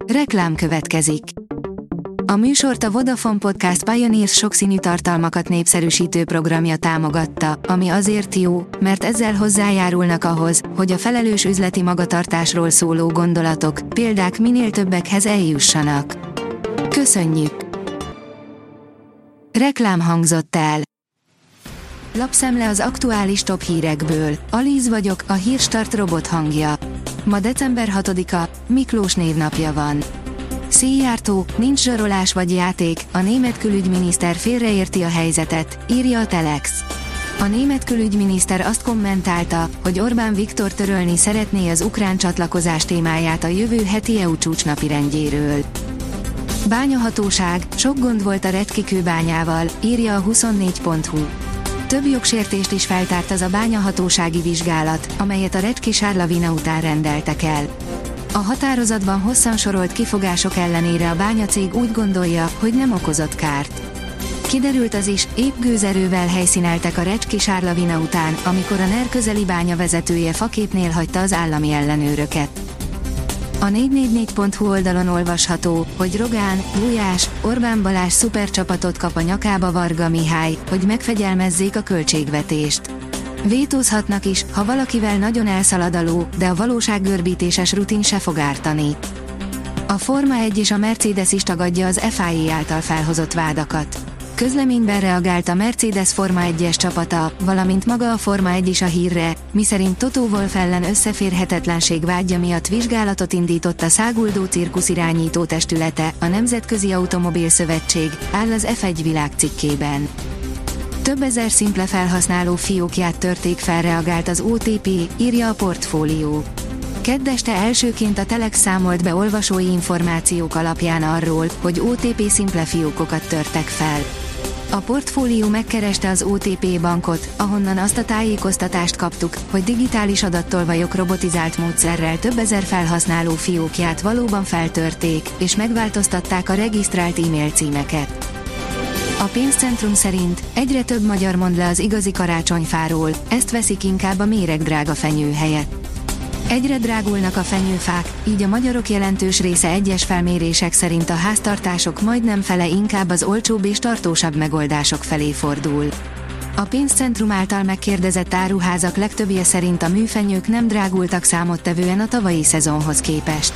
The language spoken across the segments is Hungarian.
Reklám következik. A műsort a Vodafone Podcast Pioneers sokszínű tartalmakat népszerűsítő programja támogatta, ami azért jó, mert ezzel hozzájárulnak ahhoz, hogy a felelős üzleti magatartásról szóló gondolatok, példák minél többekhez eljussanak. Köszönjük! Reklám hangzott el. Lapszemle az aktuális top hírekből. Alíz vagyok, a Hírstart robot hangja. Ma december 6-a, Miklós névnapja van. Szijjártó, nincs zsarolás vagy játék, a német külügyminiszter félreérti a helyzetet, írja a Telex. A német külügyminiszter azt kommentálta, hogy Orbán Viktor törölni szeretné az ukrán csatlakozás témáját a jövő heti EU csúcs napirendjéről. Bányahatóság, sok gond volt a Redkikőbányával, írja a 24.hu. Több jogsértést is feltárt az a bányahatósági vizsgálat, amelyet a Redki-Sárlavina után rendeltek el. A határozatban hosszan sorolt kifogások ellenére a bányacég úgy gondolja, hogy nem okozott kárt. Kiderült az is, épp gőzerővel helyszíneltek a Redki-Sárlavina után, amikor a NER közeli bánya vezetője faképnél hagyta az állami ellenőröket. A 444.hu oldalon olvasható, hogy Rogán, Gulyás, Orbán Balázs szupercsapatot kap a nyakába Varga Mihály, hogy megfegyelmezzék a költségvetést. Vétózhatnak is, ha valakivel nagyon elszalad a ló, de a valósággörbítéses rutin se fog ártani. A Forma 1 és a Mercedes is tagadja az FIA által felhozott vádakat. Közleményben reagált a Mercedes Forma 1-es csapata, valamint maga a Forma 1 is a hírre, miszerint Toto Wolff ellen összeférhetetlenség vádja miatt vizsgálatot indított a száguldó cirkusz irányító testülete, a Nemzetközi Automobil Szövetség, áll az F1 világcikkében. Több ezer szimple felhasználó fiókját törték fel, reagált az OTP, írja a Portfólió. Kedd este elsőként a Telex számolt be olvasói információk alapján arról, hogy OTP szimple fiókokat törtek fel. A Portfólió megkereste az OTP bankot, ahonnan azt a tájékoztatást kaptuk, hogy digitális adattolvajok robotizált módszerrel több ezer felhasználó fiókját valóban feltörték, és megváltoztatták a regisztrált e-mail címeket. A pénzcentrum szerint egyre több magyar mond le az igazi karácsonyfáról, ezt veszik inkább a méregdrága fenyő helyett. Egyre drágulnak a fenyőfák, így a magyarok jelentős része egyes felmérések szerint a háztartások majdnem fele inkább az olcsóbb és tartósabb megoldások felé fordul. A pénzcentrum által megkérdezett áruházak legtöbbje szerint a műfenyők nem drágultak számottevően a tavalyi szezonhoz képest.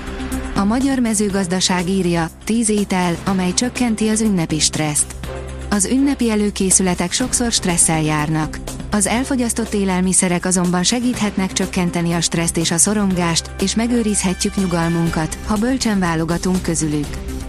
A magyar mezőgazdaság írja, 10 étel, amely csökkenti az ünnepi stresszt. Az ünnepi előkészületek sokszor stresszel járnak. Az elfogyasztott élelmiszerek azonban segíthetnek csökkenteni a stresszt és a szorongást, és megőrizhetjük nyugalmunkat, ha bölcsen válogatunk közülük.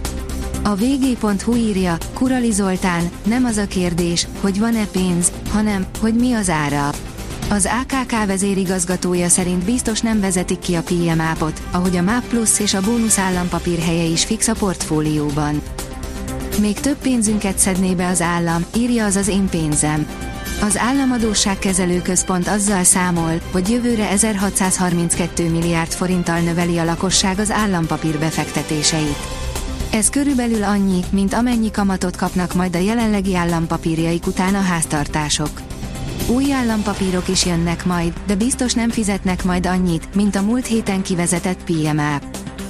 A vg.hu írja, Kurali Zoltán, nem az a kérdés, hogy van-e pénz, hanem, hogy mi az ára. Az AKK vezérigazgatója szerint biztos nem vezetik ki a PM App-ot, ahogy a MAP Plus és a bónusz állampapír helye is fix a portfólióban. Még több pénzünket szedné be az állam, írja az Én pénzem. Az Államadósságkezelő Központ azzal számol, hogy jövőre 1632 milliárd forinttal növeli a lakosság az állampapír befektetéseit. Ez körülbelül annyi, mint amennyi kamatot kapnak majd a jelenlegi állampapírjaik után a háztartások. Új állampapírok is jönnek majd, de biztos nem fizetnek majd annyit, mint a múlt héten kivezetett PM App.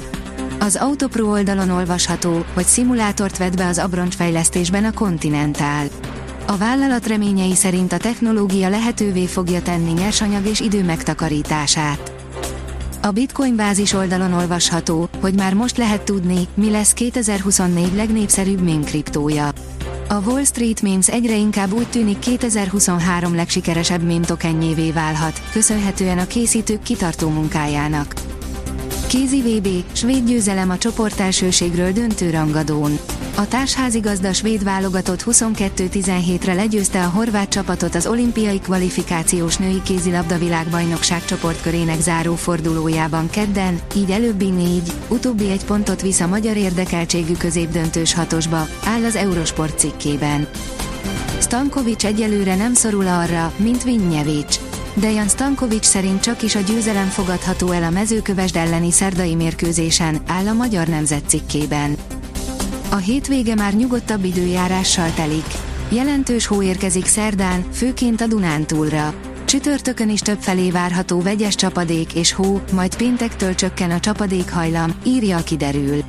Az Autopro oldalon olvasható, hogy szimulátort vett be az abroncsfejlesztésben a Continental. A vállalat reményei szerint a technológia lehetővé fogja tenni nyersanyag és idő megtakarítását. A Bitcoin bázis oldalon olvasható, hogy már most lehet tudni, mi lesz 2024 legnépszerűbb meme kriptója. A Wall Street Memes egyre inkább úgy tűnik 2023 legsikeresebb meme tokenjévé válhat, köszönhetően a készítők kitartó munkájának. Kézi VB, svéd győzelem a csoportelsőségről döntő rangadón. A társházigazda svéd válogatott 22-17-re legyőzte a horvát csapatot az olimpiai kvalifikációs női kézilabda világbajnokság csoportkörének záró fordulójában kedden, így előbbi 4, utóbbi 1 pontot visz a magyar érdekeltségű középdöntős hatosba, áll az Eurosport cikkében. Stanković egyelőre nem szorul arra, mint Vinjević. Dejan Stanković szerint csak is a győzelem fogadható el a Mezőkövesd elleni szerdai mérkőzésen, áll a Magyar Nemzet cikkében. A hétvége már nyugodtabb időjárással telik. Jelentős hó érkezik szerdán, főként a Dunántúlra. Csütörtökön is többfelé várható vegyes csapadék és hó, majd péntektől csökken a csapadékhajlam, írja a Kiderül.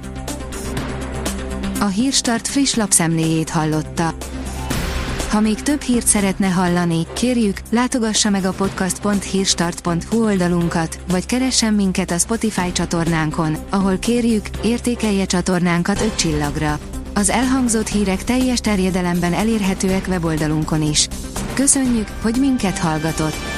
A Hírstart friss lapszemléjét hallotta. Ha még több hírt szeretne hallani, kérjük, látogassa meg a podcast.hírstart.hu oldalunkat, vagy keressen minket a Spotify csatornánkon, ahol kérjük, értékelje csatornánkat 5 csillagra. Az elhangzott hírek teljes terjedelemben elérhetőek weboldalunkon is. Köszönjük, hogy minket hallgatott!